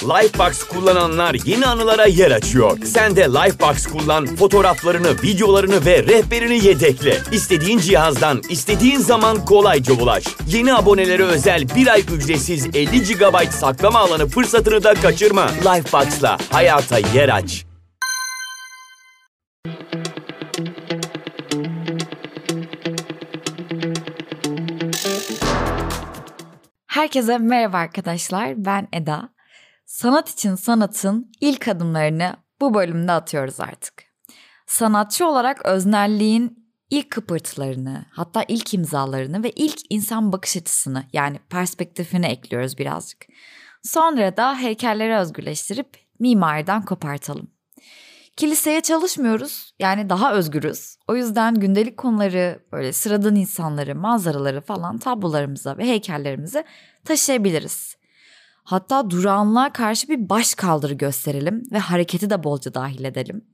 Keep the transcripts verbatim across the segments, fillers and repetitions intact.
Lifebox kullananlar yeni anılara yer açıyor. Sen de Lifebox kullan, fotoğraflarını, videolarını ve rehberini yedekle. İstediğin cihazdan, istediğin zaman kolayca ulaş. Yeni abonelere özel bir ay ücretsiz elli gigabayt saklama alanı fırsatını da kaçırma. Lifebox'la hayata yer aç. Herkese merhaba arkadaşlar, ben Eda. Sanat için sanatın ilk adımlarını bu bölümde atıyoruz artık. Sanatçı olarak öznelliğin ilk kıpırtılarını, hatta ilk imzalarını ve ilk insan bakış açısını, yani perspektifini ekliyoruz birazcık. Sonra da heykelleri özgürleştirip mimariden kopartalım. Kiliseye çalışmıyoruz, yani daha özgürüz. O yüzden gündelik konuları, böyle sıradan insanları, manzaraları falan tablolarımıza ve heykellerimize taşıyabiliriz. Hatta durağanlığa karşı bir başkaldırı gösterelim ve hareketi de bolca dahil edelim.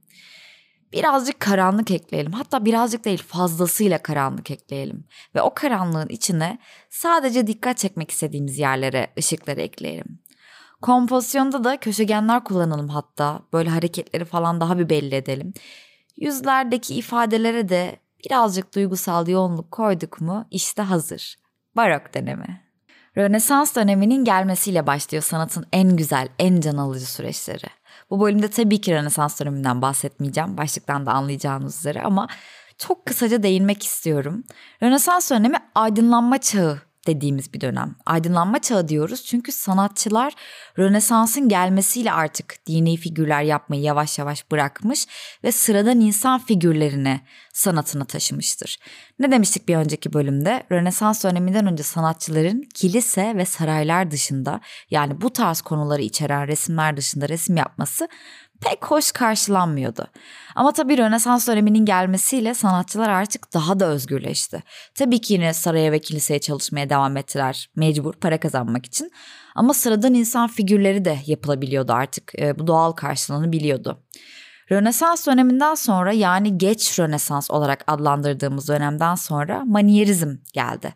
Birazcık karanlık ekleyelim, hatta birazcık değil fazlasıyla karanlık ekleyelim. Ve o karanlığın içine sadece dikkat çekmek istediğimiz yerlere ışıkları ekleyelim. Kompozisyonda da köşegenler kullanalım hatta. Böyle hareketleri falan daha bir belli edelim. Yüzlerdeki ifadelere de birazcık duygusal yoğunluk koyduk mu işte hazır. Barok dönemi. Rönesans döneminin gelmesiyle başlıyor sanatın en güzel, en can alıcı süreçleri. Bu bölümde tabii ki Rönesans döneminden bahsetmeyeceğim. Başlıktan da anlayacağınız üzere ama çok kısaca değinmek istiyorum. Rönesans dönemi aydınlanma çağı dediğimiz bir dönem. Aydınlanma çağı diyoruz çünkü sanatçılar Rönesans'ın gelmesiyle artık dini figürler yapmayı yavaş yavaş bırakmış ve sıradan insan figürlerini sanatına taşımıştır. Ne demiştik bir önceki bölümde? Rönesans döneminden önce sanatçıların kilise ve saraylar dışında, yani bu tarz konuları içeren resimler dışında resim yapması pek hoş karşılanmıyordu. Ama tabii Rönesans döneminin gelmesiyle sanatçılar artık daha da özgürleşti. Tabii ki yine saraya ve kiliseye çalışmaya devam ettiler, mecbur para kazanmak için. Ama sıradan insan figürleri de yapılabiliyordu artık, e, bu doğal karşılanabiliyordu. Rönesans döneminden sonra, yani geç Rönesans olarak adlandırdığımız dönemden sonra manyerizm geldi.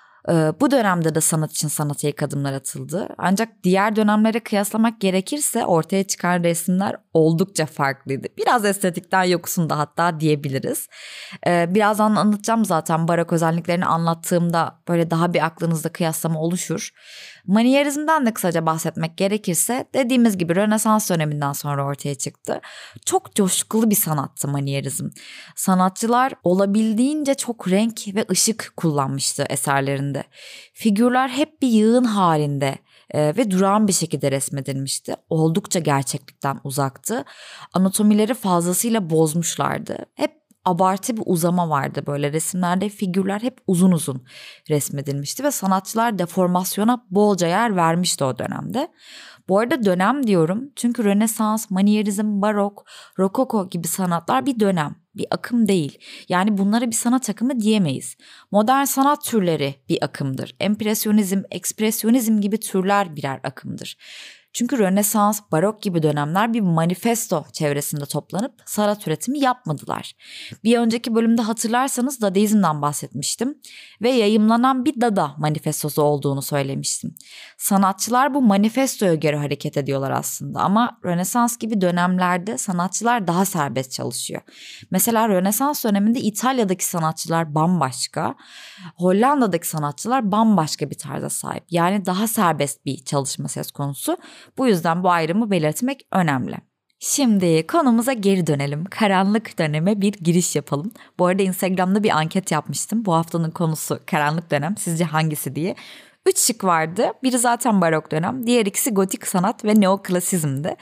Bu dönemde de sanat için sanata ilk adımlar atıldı. Ancak diğer dönemlere kıyaslamak gerekirse ortaya çıkan resimler oldukça farklıydı. Biraz estetikten yoksun da hatta diyebiliriz. Birazdan anlatacağım zaten, barok özelliklerini anlattığımda böyle daha bir aklınızda kıyaslama oluşur. Manyerizmden de kısaca bahsetmek gerekirse dediğimiz gibi Rönesans döneminden sonra ortaya çıktı. Çok coşkulu bir sanattı manyerizm. Sanatçılar olabildiğince çok renk ve ışık kullanmıştı eserlerinde. Figürler hep bir yığın halinde e, ve durağan bir şekilde resmedilmişti. Oldukça gerçeklikten uzaktı. Anatomileri fazlasıyla bozmuşlardı. Hep abartı bir uzama vardı, böyle resimlerde figürler hep uzun uzun resmedilmişti ve sanatçılar deformasyona bolca yer vermişti o dönemde. Bu arada dönem diyorum çünkü Rönesans, manyerizm, barok, rokoko gibi sanatlar bir dönem, bir akım değil. Yani bunlara bir sanat akımı diyemeyiz. Modern sanat türleri bir akımdır. Empresyonizm, ekspresyonizm gibi türler birer akımdır. Çünkü Rönesans, barok gibi dönemler bir manifesto çevresinde toplanıp sanat üretimi yapmadılar. Bir önceki bölümde hatırlarsanız Dadaizm'den bahsetmiştim ve yayımlanan bir Dada manifestosu olduğunu söylemiştim. Sanatçılar bu manifestoya göre hareket ediyorlar aslında ama Rönesans gibi dönemlerde sanatçılar daha serbest çalışıyor. Mesela Rönesans döneminde İtalya'daki sanatçılar bambaşka, Hollanda'daki sanatçılar bambaşka bir tarza sahip. Yani daha serbest bir çalışma söz konusu. Bu yüzden bu ayrımı belirtmek önemli. Şimdi konumuza geri dönelim. Karanlık döneme bir giriş yapalım. Bu arada Instagram'da bir anket yapmıştım. Bu haftanın konusu karanlık dönem. Sizce hangisi diye. Üç şık vardı. Biri zaten barok dönem. Diğer ikisi gotik sanat ve neoklasizmdi.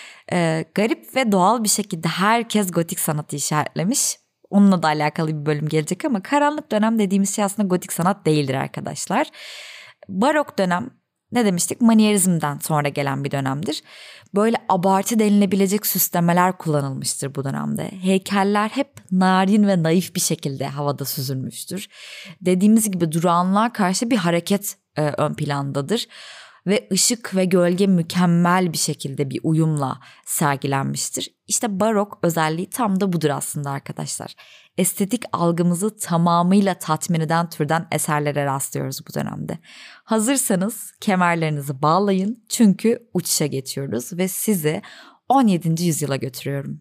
Ee, garip ve doğal bir şekilde herkes gotik sanatı işaretlemiş. Onunla da alakalı bir bölüm gelecek ama karanlık dönem dediğimiz şey aslında gotik sanat değildir arkadaşlar. Barok dönem, ne demiştik? Manyerizmden sonra gelen bir dönemdir. Böyle abartı denilebilecek süslemeler kullanılmıştır bu dönemde. Heykeller hep narin ve naif bir şekilde havada süzülmüştür. Dediğimiz gibi durağanlığa karşı bir hareket e, ön plandadır. Ve ışık ve gölge mükemmel bir şekilde bir uyumla sergilenmiştir. İşte barok özelliği tam da budur aslında arkadaşlar. estetik algımızı tamamıyla tatmin eden türden eserlere rastlıyoruz bu dönemde. Hazırsanız kemerlerinizi bağlayın çünkü uçuşa geçiyoruz ve sizi on yedinci yüzyıla götürüyorum.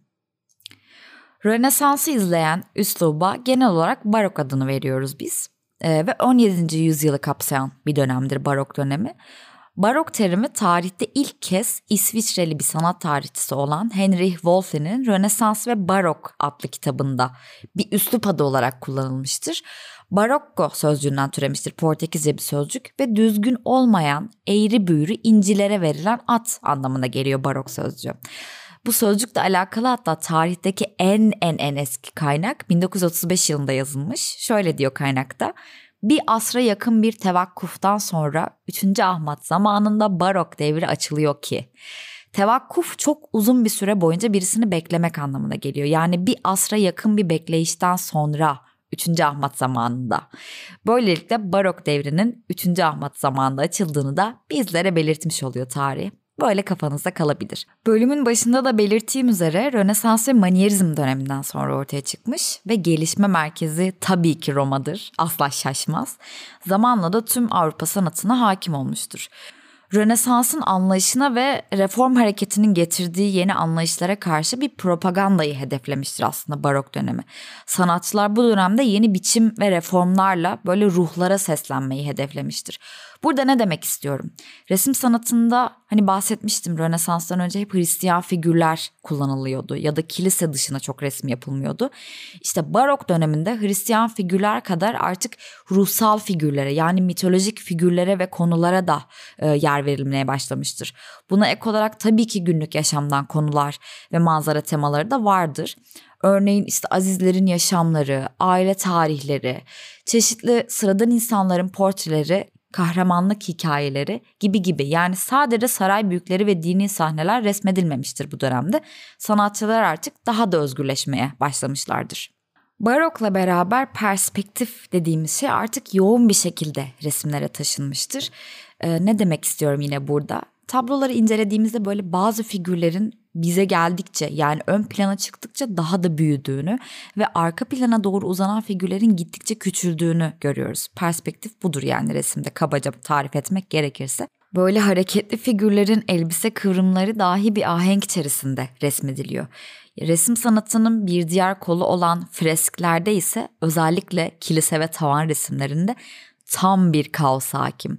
Rönesans'ı izleyen üsluba genel olarak barok adını veriyoruz biz ee, ve on yedinci yüzyılı kapsayan bir dönemdir barok dönemi. Barok terimi tarihte ilk kez İsviçreli bir sanat tarihçisi olan Heinrich Wolfli'nin Rönesans ve Barok adlı kitabında bir üslup adı olarak kullanılmıştır. Barocco sözcüğünden türemiştir, Portekizce bir sözcük ve düzgün olmayan, eğri büğrü incilere verilen ad anlamına geliyor barok sözcüğü. Bu sözcükle alakalı hatta tarihteki en en en eski kaynak bin dokuz yüz otuz beş yılında yazılmış. Şöyle diyor kaynakta: bir asra yakın bir tevakkuftan sonra üçüncü Ahmet zamanında barok devri açılıyor ki. Tevakkuf çok uzun bir süre boyunca birisini beklemek anlamına geliyor. Yani bir asra yakın bir bekleyişten sonra üçüncü Ahmet zamanında. Böylelikle barok devrinin üçüncü Ahmet zamanında açıldığını da bizlere belirtmiş oluyor tarih. Böyle kafanızda kalabilir. Bölümün başında da belirttiğim üzere Rönesans ve Manierizm döneminden sonra ortaya çıkmış ve gelişme merkezi tabii ki Roma'dır. Asla şaşmaz. Zamanla da tüm Avrupa sanatına hakim olmuştur. Rönesans'ın anlayışına ve reform hareketinin getirdiği yeni anlayışlara karşı bir propagandayı hedeflemiştir aslında barok dönemi. Sanatçılar bu dönemde yeni biçim ve reformlarla böyle ruhlara seslenmeyi hedeflemiştir. Burada ne demek istiyorum? Resim sanatında hani bahsetmiştim, Rönesans'tan önce hep Hristiyan figürler kullanılıyordu ya da kilise dışına çok resim yapılmıyordu. İşte barok döneminde Hristiyan figürler kadar artık ruhsal figürlere, yani mitolojik figürlere ve konulara da e, yer verilmeye başlamıştır. Buna ek olarak tabii ki günlük yaşamdan konular ve manzara temaları da vardır. Örneğin işte azizlerin yaşamları, aile tarihleri, çeşitli sıradan insanların portreleri, kahramanlık hikayeleri gibi gibi, yani sadece saray büyükleri ve dini sahneler resmedilmemiştir bu dönemde. Sanatçılar artık daha da özgürleşmeye başlamışlardır. Barokla beraber perspektif dediğimiz şey artık yoğun bir şekilde resimlere taşınmıştır. Ee, ne demek istiyorum yine burada? Tabloları incelediğimizde böyle bazı figürlerin bize geldikçe, yani ön plana çıktıkça daha da büyüdüğünü ve arka plana doğru uzanan figürlerin gittikçe küçüldüğünü görüyoruz. Perspektif budur yani resimde, kabaca tarif etmek gerekirse. Böyle hareketli figürlerin elbise kıvrımları dahi bir ahenk içerisinde resmediliyor. Resim sanatının bir diğer kolu olan fresklerde ise özellikle kilise ve tavan resimlerinde tam bir kaos hakim.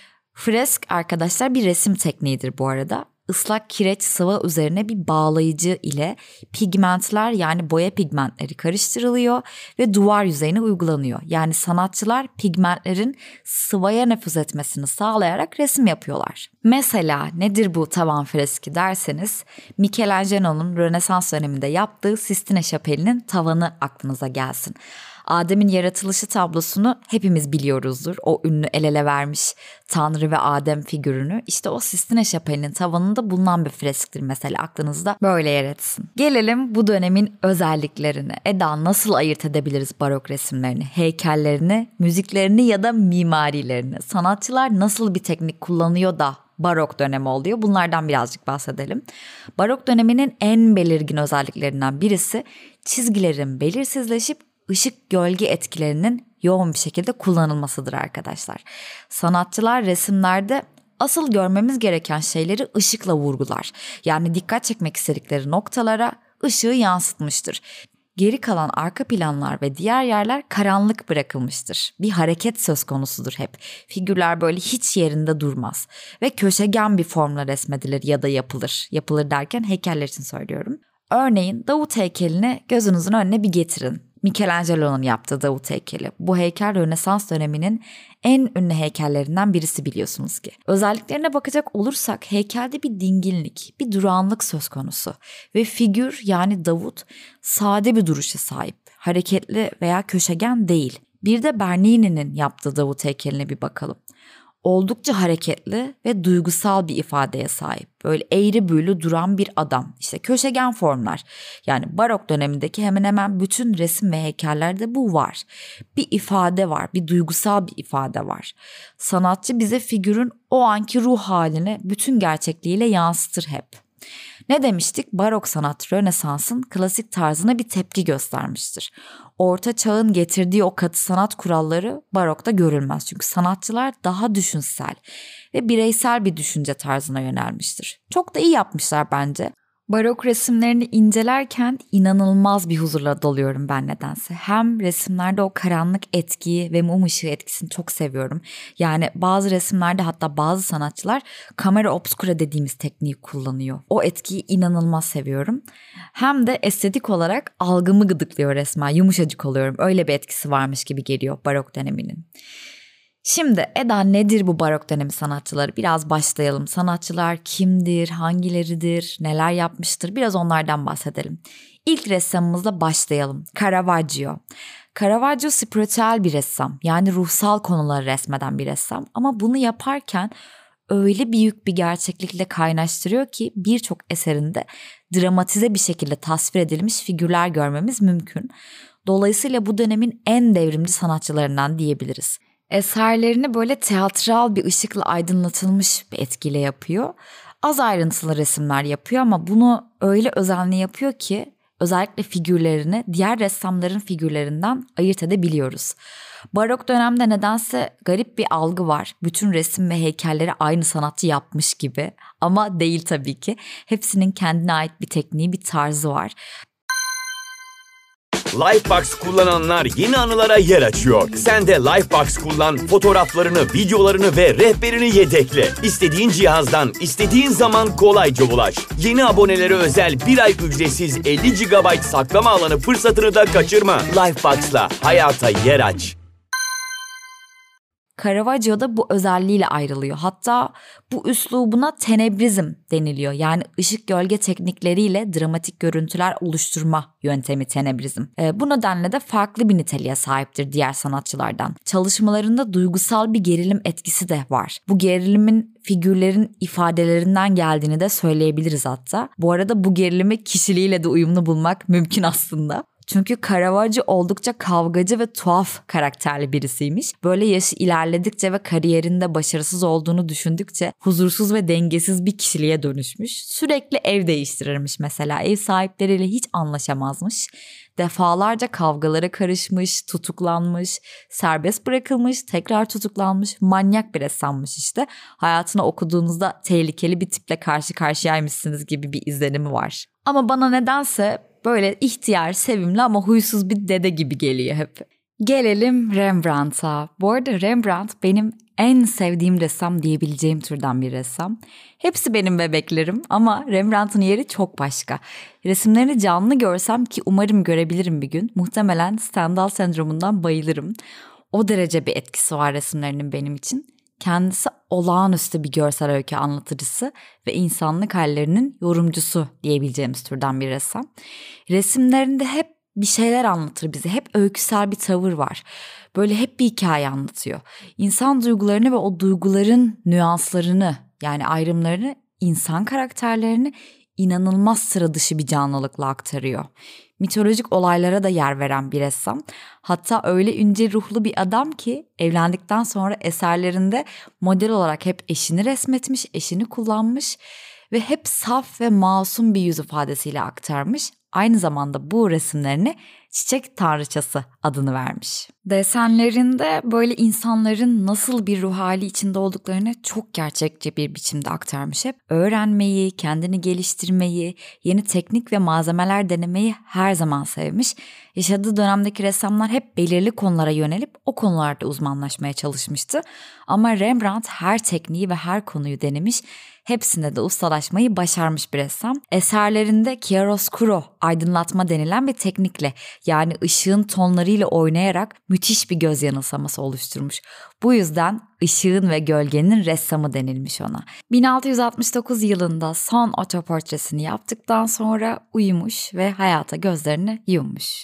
Fresk arkadaşlar bir resim tekniğidir bu arada. Islak kireç sıva üzerine bir bağlayıcı ile pigmentler, yani boya pigmentleri karıştırılıyor ve duvar yüzeyine uygulanıyor. Yani sanatçılar pigmentlerin sıvaya nüfuz etmesini sağlayarak resim yapıyorlar. Mesela nedir bu tavan freski derseniz, Michelangelo'nun Rönesans döneminde yaptığı Sistine Şapeli'nin tavanı aklınıza gelsin. Adem'in yaratılışı tablosunu hepimiz biliyoruzdur. O ünlü el ele vermiş Tanrı ve Adem figürünü. İşte o Sistine Şapeli'nin tavanında bulunan bir fresktir mesela, aklınızda böyle yer etsin. Gelelim bu dönemin özelliklerine. Eda, nasıl ayırt edebiliriz barok resimlerini, heykellerini, müziklerini ya da mimarilerini? Sanatçılar nasıl bir teknik kullanıyor da barok dönemi oluyor? Bunlardan birazcık bahsedelim. Barok döneminin en belirgin özelliklerinden birisi çizgilerin belirsizleşip ışık gölge etkilerinin yoğun bir şekilde kullanılmasıdır arkadaşlar. Sanatçılar resimlerde asıl görmemiz gereken şeyleri ışıkla vurgular. Yani dikkat çekmek istedikleri noktalara ışığı yansıtmıştır. Geri kalan arka planlar ve diğer yerler karanlık bırakılmıştır. Bir hareket söz konusudur hep. Figürler böyle hiç yerinde durmaz. Ve köşegen bir formla resmedilir ya da yapılır. Yapılır derken heykeller için söylüyorum. Örneğin Davut heykelini gözünüzün önüne bir getirin. Michelangelo'nun yaptığı Davut heykeli. Bu heykel Rönesans döneminin en ünlü heykellerinden birisi biliyorsunuz ki. Özelliklerine bakacak olursak heykelde bir dinginlik, bir durağanlık söz konusu. Ve figür, yani Davut, sade bir duruşa sahip. Hareketli veya köşegen değil. Bir de Bernini'nin yaptığı Davut heykeline bir bakalım. Oldukça hareketli ve duygusal bir ifadeye sahip. Böyle eğri büğrü duran bir adam. İşte köşegen formlar. Yani barok dönemindeki hemen hemen bütün resim ve heykellerde bu var. Bir ifade var, bir duygusal bir ifade var. Sanatçı bize figürün o anki ruh halini bütün gerçekliğiyle yansıtır hep. Ne demiştik? Barok sanat Rönesans'ın klasik tarzına bir tepki göstermiştir. Orta Çağ'ın getirdiği o katı sanat kuralları barokta görülmez. Çünkü sanatçılar daha düşünsel ve bireysel bir düşünce tarzına yönelmiştir. Çok da iyi yapmışlar bence. Barok resimlerini incelerken inanılmaz bir huzurla doluyorum ben nedense. Hem resimlerde o karanlık etkiyi ve mum ışığı etkisini çok seviyorum. Yani bazı resimlerde hatta bazı sanatçılar kamera obscura dediğimiz tekniği kullanıyor. O etkiyi inanılmaz seviyorum. Hem de estetik olarak algımı gıdıklıyor resmen. Yumuşacık oluyorum. Öyle bir etkisi varmış gibi geliyor barok döneminin. Şimdi Eda, nedir bu barok dönemi sanatçıları? Biraz başlayalım. Sanatçılar kimdir, hangileridir, neler yapmıştır? Biraz onlardan bahsedelim. İlk ressamımızla başlayalım. Caravaggio. Caravaggio spiritüel bir ressam. Yani ruhsal konuları resmeden bir ressam. Ama bunu yaparken öyle büyük bir gerçeklikle kaynaştırıyor ki birçok eserinde dramatize bir şekilde tasvir edilmiş figürler görmemiz mümkün. Dolayısıyla bu dönemin en devrimci sanatçılarından diyebiliriz. Eserlerini böyle teatral bir ışıkla aydınlatılmış bir etkiyle yapıyor. Az ayrıntılı resimler yapıyor ama bunu öyle özenli yapıyor ki özellikle figürlerini diğer ressamların figürlerinden ayırt edebiliyoruz. Barok dönemde nedense garip bir algı var. Bütün resim ve heykelleri aynı sanatçı yapmış gibi, ama değil tabii ki. Hepsinin kendine ait bir tekniği, bir tarzı var. Lifebox kullananlar yeni anılara yer açıyor. Sen de Lifebox kullan, fotoğraflarını, videolarını ve rehberini yedekle. İstediğin cihazdan, istediğin zaman kolayca ulaş. Yeni abonelere özel bir ay ücretsiz elli gigabayt saklama alanı fırsatını da kaçırma. Lifebox'la hayata yer aç. Caravaggio da bu özelliğiyle ayrılıyor. Hatta bu üslubuna tenebrizm deniliyor. Yani ışık gölge teknikleriyle dramatik görüntüler oluşturma yöntemi tenebrizm. E, bu nedenle de farklı bir niteliğe sahiptir diğer sanatçılardan. Çalışmalarında duygusal bir gerilim etkisi de var. Bu gerilimin figürlerin ifadelerinden geldiğini de söyleyebiliriz hatta. Bu arada bu gerilimi kişiliğiyle de uyumlu bulmak mümkün aslında. Çünkü Caravaggio oldukça kavgacı ve tuhaf karakterli birisiymiş. Böyle yaşı ilerledikçe ve kariyerinde başarısız olduğunu düşündükçe huzursuz ve dengesiz bir kişiliğe dönüşmüş. Sürekli ev değiştirirmiş mesela. Ev sahipleriyle hiç anlaşamazmış. Defalarca kavgalara karışmış, tutuklanmış, serbest bırakılmış, tekrar tutuklanmış, manyak bir ressammış işte. Hayatını okuduğunuzda tehlikeli bir tiple karşı karşıyaymışsınız gibi bir izlenimi var. Ama bana nedense böyle ihtiyar, sevimli ama huysuz bir dede gibi geliyor hep. Gelelim Rembrandt'a. Bu arada Rembrandt benim en sevdiğim ressam diyebileceğim türden bir ressam. Hepsi benim bebeklerim ama Rembrandt'ın yeri çok başka. Resimlerini canlı görsem, ki umarım görebilirim bir gün, muhtemelen Stendhal sendromundan bayılırım. O derece bir etkisi var resimlerinin benim için. Kendisi olağanüstü bir görsel öykü anlatıcısı ve insanlık hallerinin yorumcusu diyebileceğimiz türden bir ressam. Resimlerinde hep bir şeyler anlatır bize. Hep öyküsel bir tavır var. Böyle hep bir hikaye anlatıyor. İnsan duygularını ve o duyguların nüanslarını, yani ayrımlarını, insan karakterlerini inanılmaz sıra dışı bir canlılıkla aktarıyor. Mitolojik olaylara da yer veren bir ressam. Hatta öyle ince ruhlu bir adam ki evlendikten sonra eserlerinde model olarak hep eşini resmetmiş, eşini kullanmış ve hep saf ve masum bir yüz ifadesiyle aktarmış. Aynı zamanda bu resimlerini çiçek tanrıçası adını vermiş. Desenlerinde böyle insanların nasıl bir ruh hali içinde olduklarını çok gerçekçi bir biçimde aktarmış hep. Öğrenmeyi, kendini geliştirmeyi, yeni teknik ve malzemeler denemeyi her zaman sevmiş. Yaşadığı dönemdeki ressamlar hep belirli konulara yönelip o konularda uzmanlaşmaya çalışmıştı. Ama Rembrandt her tekniği ve her konuyu denemiş. Hepsinde de ustalaşmayı başarmış bir ressam. Eserlerinde chiaroscuro, aydınlatma denilen bir teknikle, yani ışığın tonlarıyla oynayarak müthiş bir göz yanılsaması oluşturmuş. Bu yüzden ışığın ve gölgenin ressamı denilmiş ona. bin altı yüz altmış dokuz yılında son otoportresini yaptıktan sonra uyumuş ve hayata gözlerini yummuş.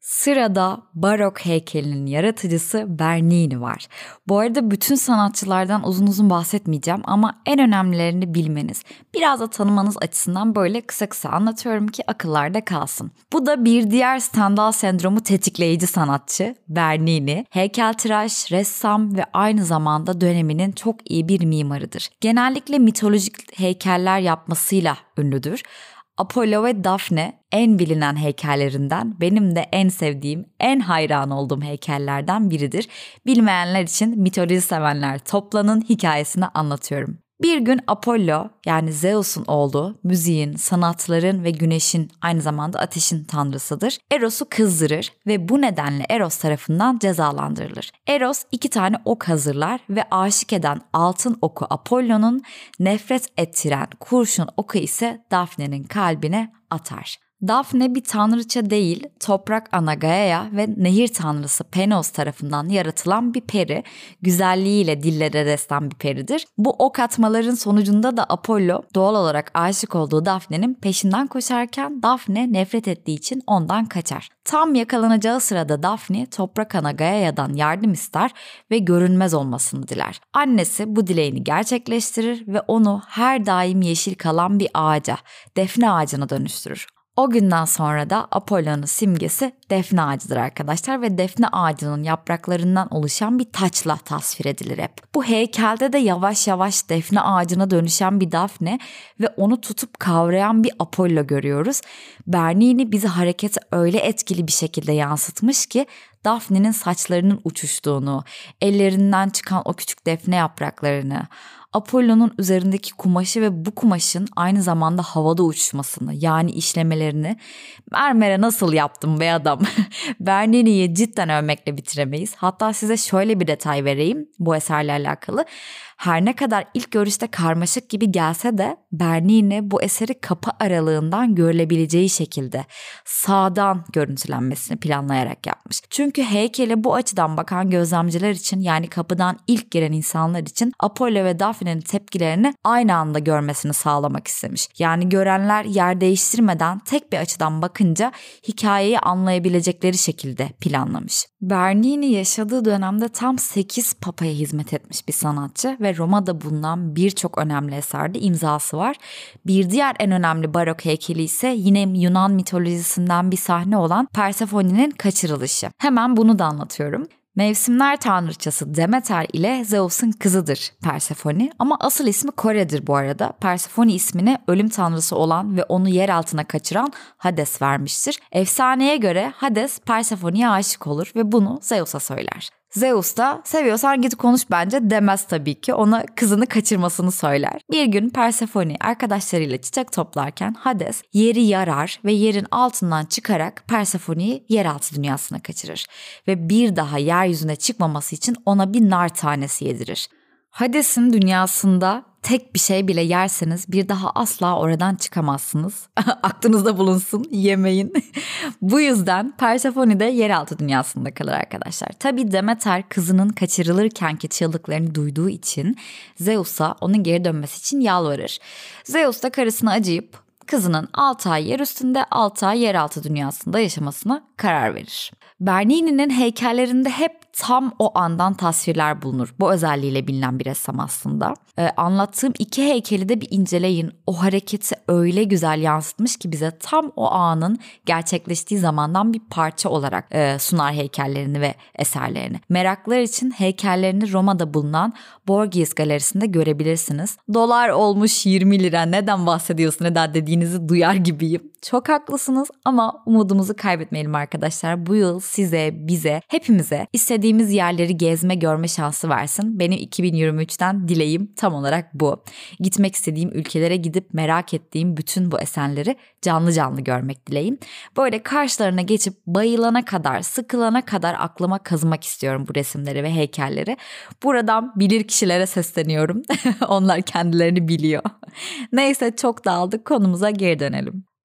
Sırada barok heykelinin yaratıcısı Bernini var. Bu arada bütün sanatçılardan uzun uzun bahsetmeyeceğim ama en önemlilerini bilmeniz, biraz da tanımanız açısından böyle kısa kısa anlatıyorum ki akıllarda kalsın. Bu da bir diğer Stendhal sendromu tetikleyici sanatçı Bernini, heykeltıraş, ressam ve aynı zamanda döneminin çok iyi bir mimarıdır. Genellikle mitolojik heykeller yapmasıyla ünlüdür. Apollo ve Daphne en bilinen heykellerinden, benim de en sevdiğim, en hayran olduğum heykellerden biridir. Bilmeyenler için mitoloji sevenler toplanın, hikayesini anlatıyorum. Bir gün Apollo, yani Zeus'un oğlu, müziğin, sanatların ve güneşin, aynı zamanda ateşin tanrısıdır. Eros'u kızdırır ve bu nedenle Eros tarafından cezalandırılır. Eros iki tane ok hazırlar ve aşık eden altın oku Apollo'nun, nefret ettiren kurşun oku ise Daphne'nin kalbine atar. Daphne bir tanrıça değil, toprak ana Gaia ve nehir tanrısı Penos tarafından yaratılan bir peri, güzelliğiyle dillere destan bir peridir. Bu ok atmaların sonucunda da Apollo doğal olarak aşık olduğu Daphne'nin peşinden koşarken Daphne nefret ettiği için ondan kaçar. Tam yakalanacağı sırada Daphne toprak ana Gaia'dan yardım ister ve görünmez olmasını diler. Annesi bu dileğini gerçekleştirir ve onu her daim yeşil kalan bir ağaca, defne ağacına dönüştürür. O günden sonra da Apollo'nun simgesi defne ağacıdır arkadaşlar ve defne ağacının yapraklarından oluşan bir taçla tasvir edilir hep. Bu heykelde de yavaş yavaş defne ağacına dönüşen bir Daphne ve onu tutup kavrayan bir Apollo görüyoruz. Bernini bizi harekete öyle etkili bir şekilde yansıtmış ki Daphne'nin saçlarının uçuştuğunu, ellerinden çıkan o küçük defne yapraklarını, Apollo'nun üzerindeki kumaşı ve bu kumaşın aynı zamanda havada uçuşmasını, yani işlemelerini mermere nasıl yaptım be adam. Bernini'yi cidden övmekle bitiremeyiz. Hatta size şöyle bir detay vereyim bu eserle alakalı. Her ne kadar ilk görüşte karmaşık gibi gelse de Bernini bu eseri kapı aralığından görülebileceği şekilde sağdan görüntülenmesini planlayarak yapmış. Çünkü heykele bu açıdan bakan gözlemciler için, yani kapıdan ilk giren insanlar için Apollo ve Daphne'nin tepkilerini aynı anda görmesini sağlamak istemiş. Yani görenler yer değiştirmeden tek bir açıdan bakınca hikayeyi anlayabilecekleri şekilde planlamış. Bernini yaşadığı dönemde tam sekiz papaya hizmet etmiş bir sanatçı ve Roma'da bulunan birçok önemli eserde imzası var. Bir diğer en önemli barok heykeli ise yine Yunan mitolojisinden bir sahne olan Persephone'nin kaçırılışı. Hemen bunu da anlatıyorum. Mevsimler tanrıçası Demeter ile Zeus'un kızıdır Persephone, ama asıl ismi Kore'dir bu arada. Persephone ismini ölüm tanrısı olan ve onu yer altına kaçıran Hades vermiştir. Efsaneye göre Hades Persephone'ye aşık olur ve bunu Zeus'a söyler. Zeus da seviyorsan git konuş bence demez tabii ki, ona kızını kaçırmasını söyler. Bir gün Persephone arkadaşlarıyla çiçek toplarken Hades yeri yarar ve yerin altından çıkarak Persephone'yi yeraltı dünyasına kaçırır. Ve bir daha yeryüzüne çıkmaması için ona bir nar tanesi yedirir. Hades'in dünyasında tek bir şey bile yerseniz bir daha asla oradan çıkamazsınız. Aklınızda bulunsun, yemeyin. Bu yüzden Persephone de yeraltı dünyasında kalır arkadaşlar. Tabii Demeter kızının kaçırılırkenki çığlıklarını duyduğu için Zeus'a onun geri dönmesi için yalvarır. Zeus da karısına acıyıp kızının altı ay yer üstünde, altı ay yeraltı dünyasında yaşamasına karar verir. Bernini'nin heykellerinde hep tam o andan tasvirler bulunur. Bu özelliğiyle bilinen bir ressam aslında. Ee, anlattığım iki heykeli de bir inceleyin. O hareketi öyle güzel yansıtmış ki bize tam o anın gerçekleştiği zamandan bir parça olarak e, sunar heykellerini ve eserlerini. Meraklılar için heykellerini Roma'da bulunan Borghese Galerisi'nde görebilirsiniz. Dolar olmuş yirmi lira, neden bahsediyorsun neden dediğinizi duyar gibiyim. Çok haklısınız ama umudumuzu kaybetmeyelim arkadaşlar. Bu yıl size, bize, hepimize istediğimiz yerleri gezme, görme şansı versin. Benim iki bin yirmi üçten dileğim tam olarak bu. Gitmek istediğim ülkelere gidip merak ettiğim bütün bu eserleri canlı canlı görmek dileğim. Böyle karşılarına geçip bayılana kadar, sıkılana kadar aklıma kazımak istiyorum bu resimleri ve heykelleri. Buradan bilir kişilere sesleniyorum. Onlar kendilerini biliyor. Neyse, çok dağıldık, konumuza geri dönelim.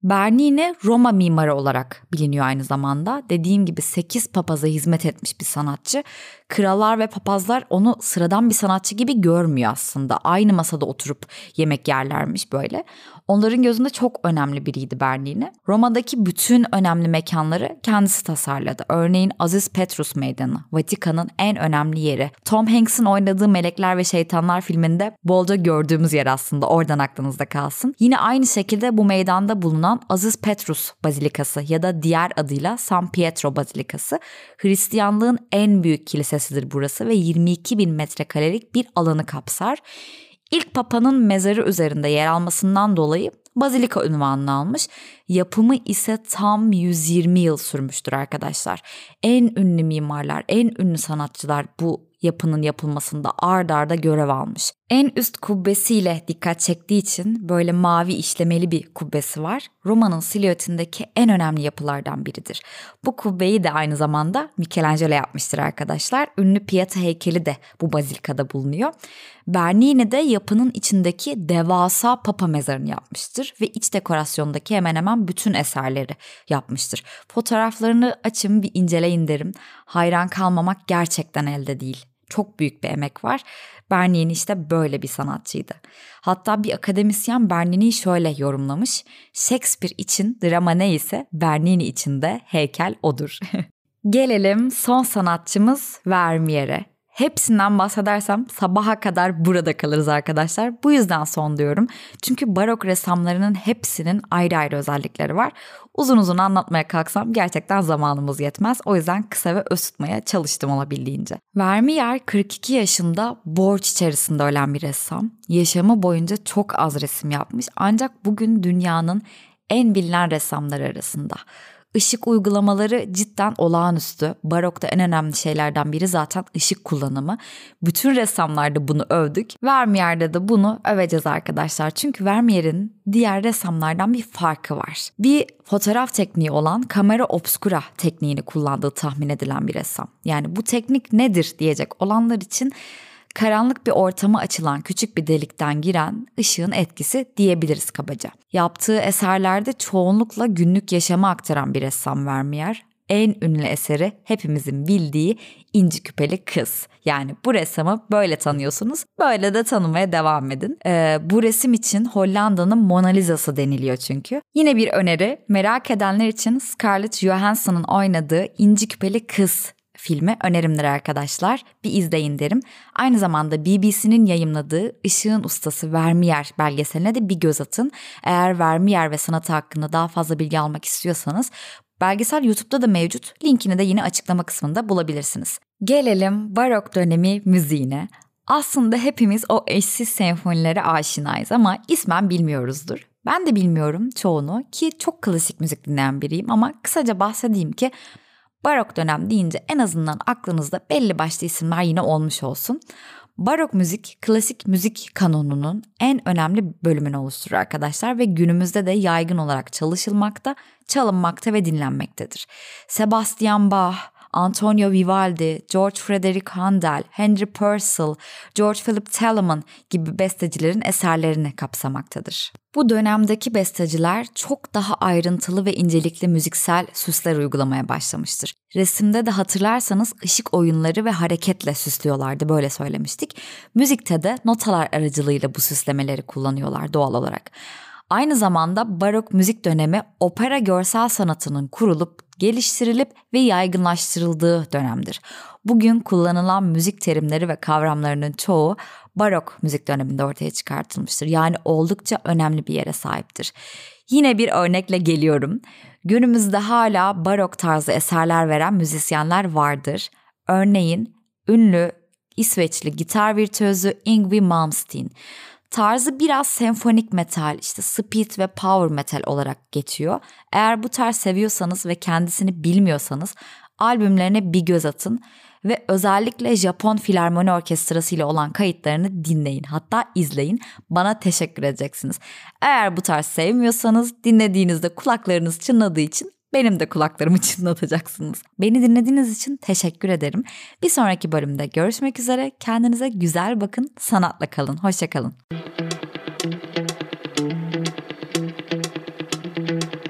Bernini Roma mimarı olarak biliniyor aynı zamanda. Dediğim gibi sekiz papaza hizmet etmiş bir sanatçı. Krallar ve papazlar onu sıradan bir sanatçı gibi görmüyor aslında. Aynı masada oturup yemek yerlermiş böyle. Onların gözünde çok önemli biriydi Bernini. Roma'daki bütün önemli mekanları kendisi tasarladı. Örneğin Aziz Petrus Meydanı, Vatikan'ın en önemli yeri. Tom Hanks'in oynadığı Melekler ve Şeytanlar filminde bolca gördüğümüz yer aslında. Oradan aklınızda kalsın. Yine aynı şekilde bu meydanda bulunan Aziz Petrus Bazilikası ya da diğer adıyla San Pietro Bazilikası. Hristiyanlığın en büyük kilisesidir burası ve yirmi iki bin metrekarelik bir alanı kapsar. İlk papanın mezarı üzerinde yer almasından dolayı bazilika unvanını almış. Yapımı ise tam yüz yirmi yıl sürmüştür arkadaşlar. En ünlü mimarlar, en ünlü sanatçılar bu yapının yapılmasında ard arda görev almış. En üst kubbesiyle dikkat çektiği için böyle mavi işlemeli bir kubbesi var. Roma'nın silüetindeki en önemli yapılardan biridir. Bu kubbeyi de aynı zamanda Michelangelo yapmıştır arkadaşlar. Ünlü Pieta heykeli de bu bazilikada bulunuyor. Bernini de yapının içindeki devasa papa mezarını yapmıştır ve iç dekorasyondaki hemen hemen bütün eserleri yapmıştır. Fotoğraflarını açın bir inceleyin derim. Hayran kalmamak gerçekten elde değil. Çok büyük bir emek var. Bernini işte böyle bir sanatçıydı. Hatta bir akademisyen Bernini'yi şöyle yorumlamış. Shakespeare için drama neyse Bernini için de heykel odur. Gelelim son sanatçımız Vermeer'e. Hepsinden bahsedersem sabaha kadar burada kalırız arkadaşlar. Bu yüzden son diyorum. Çünkü barok ressamlarının hepsinin ayrı ayrı özellikleri var. Uzun uzun anlatmaya kalksam gerçekten zamanımız yetmez. O yüzden kısa ve öz tutmaya çalıştım olabildiğince. Vermeer kırk iki yaşında borç içerisinde ölen bir ressam. Yaşamı boyunca çok az resim yapmış. Ancak bugün dünyanın en bilinen ressamları arasında. Işık uygulamaları cidden olağanüstü. Barokta en önemli şeylerden biri zaten ışık kullanımı. Bütün ressamlarda bunu övdük. Vermeer'de de bunu öveceğiz arkadaşlar. Çünkü Vermeer'in diğer ressamlardan bir farkı var. Bir fotoğraf tekniği olan kamera obscura tekniğini kullandığı tahmin edilen bir ressam. Yani bu teknik nedir diyecek olanlar için karanlık bir ortama açılan küçük bir delikten giren ışığın etkisi diyebiliriz kabaca. Yaptığı eserlerde çoğunlukla günlük yaşamı aktaran bir ressam Vermeer. En ünlü eseri hepimizin bildiği İnci Küpeli Kız. Yani bu ressamı böyle tanıyorsunuz, böyle de tanımaya devam edin. Ee, bu resim için Hollanda'nın Mona Lisa'sı deniliyor çünkü. Yine bir öneri, merak edenler için Scarlett Johansson'ın oynadığı İnci Küpeli Kız filmi önerimdir arkadaşlar. Bir izleyin derim. Aynı zamanda B B C'nin yayımladığı Işığın Ustası Vermeer belgeseline de bir göz atın. Eğer Vermeer ve sanatı hakkında daha fazla bilgi almak istiyorsanız belgesel YouTube'da da mevcut. Linkini de yine açıklama kısmında bulabilirsiniz. Gelelim barok dönemi müziğine. Aslında hepimiz o eşsiz senfonilere aşinayız ama ismen bilmiyoruzdur. Ben de bilmiyorum çoğunu ki çok klasik müzik dinleyen biriyim ama kısaca bahsedeyim ki barok dönem deyince en azından aklınızda belli başlı isimler yine olmuş olsun. Barok müzik, klasik müzik kanonunun en önemli bölümünü oluşturur arkadaşlar ve günümüzde de yaygın olarak çalışılmakta, çalınmakta ve dinlenmektedir. Sebastian Bach, Antonio Vivaldi, George Frederick Handel, Henry Purcell, George Philip Telemann gibi bestecilerin eserlerini kapsamaktadır. Bu dönemdeki besteciler çok daha ayrıntılı ve incelikli müziksel süsler uygulamaya başlamıştır. Resimde de hatırlarsanız ışık oyunları ve hareketle süslüyorlardı, böyle söylemiştik. Müzikte de notalar aracılığıyla bu süslemeleri kullanıyorlar doğal olarak. Aynı zamanda barok müzik dönemi opera görsel sanatının kurulup, geliştirilip ve yaygınlaştırıldığı dönemdir. Bugün kullanılan müzik terimleri ve kavramlarının çoğu barok müzik döneminde ortaya çıkartılmıştır. Yani oldukça önemli bir yere sahiptir. Yine bir örnekle geliyorum. Günümüzde hala barok tarzı eserler veren müzisyenler vardır. Örneğin ünlü İsveçli gitar virtüözü Yngwie Malmsteen. Tarzı biraz senfonik metal, işte speed ve power metal olarak geçiyor. Eğer bu tarz seviyorsanız ve kendisini bilmiyorsanız albümlerine bir göz atın ve özellikle Japon Filarmoni Orkestrası ile olan kayıtlarını dinleyin, hatta izleyin. Bana teşekkür edeceksiniz. Eğer bu tarz sevmiyorsanız dinlediğinizde kulaklarınız çınladığı için benim de kulaklarımı çınlatacaksınız. Beni dinlediğiniz için teşekkür ederim. Bir sonraki bölümde görüşmek üzere. Kendinize güzel bakın, sanatla kalın. Hoşça kalın.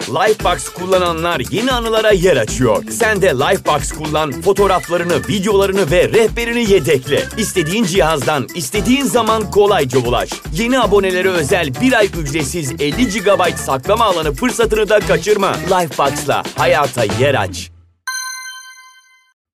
Lifebox kullananlar yeni anılara yer açıyor. Sen de Lifebox kullan, fotoğraflarını, videolarını ve rehberini yedekle. İstediğin cihazdan, istediğin zaman kolayca ulaş. Yeni abonelere özel bir ay ücretsiz elli gigabayt saklama alanı fırsatını da kaçırma. Lifebox'la hayata yer aç.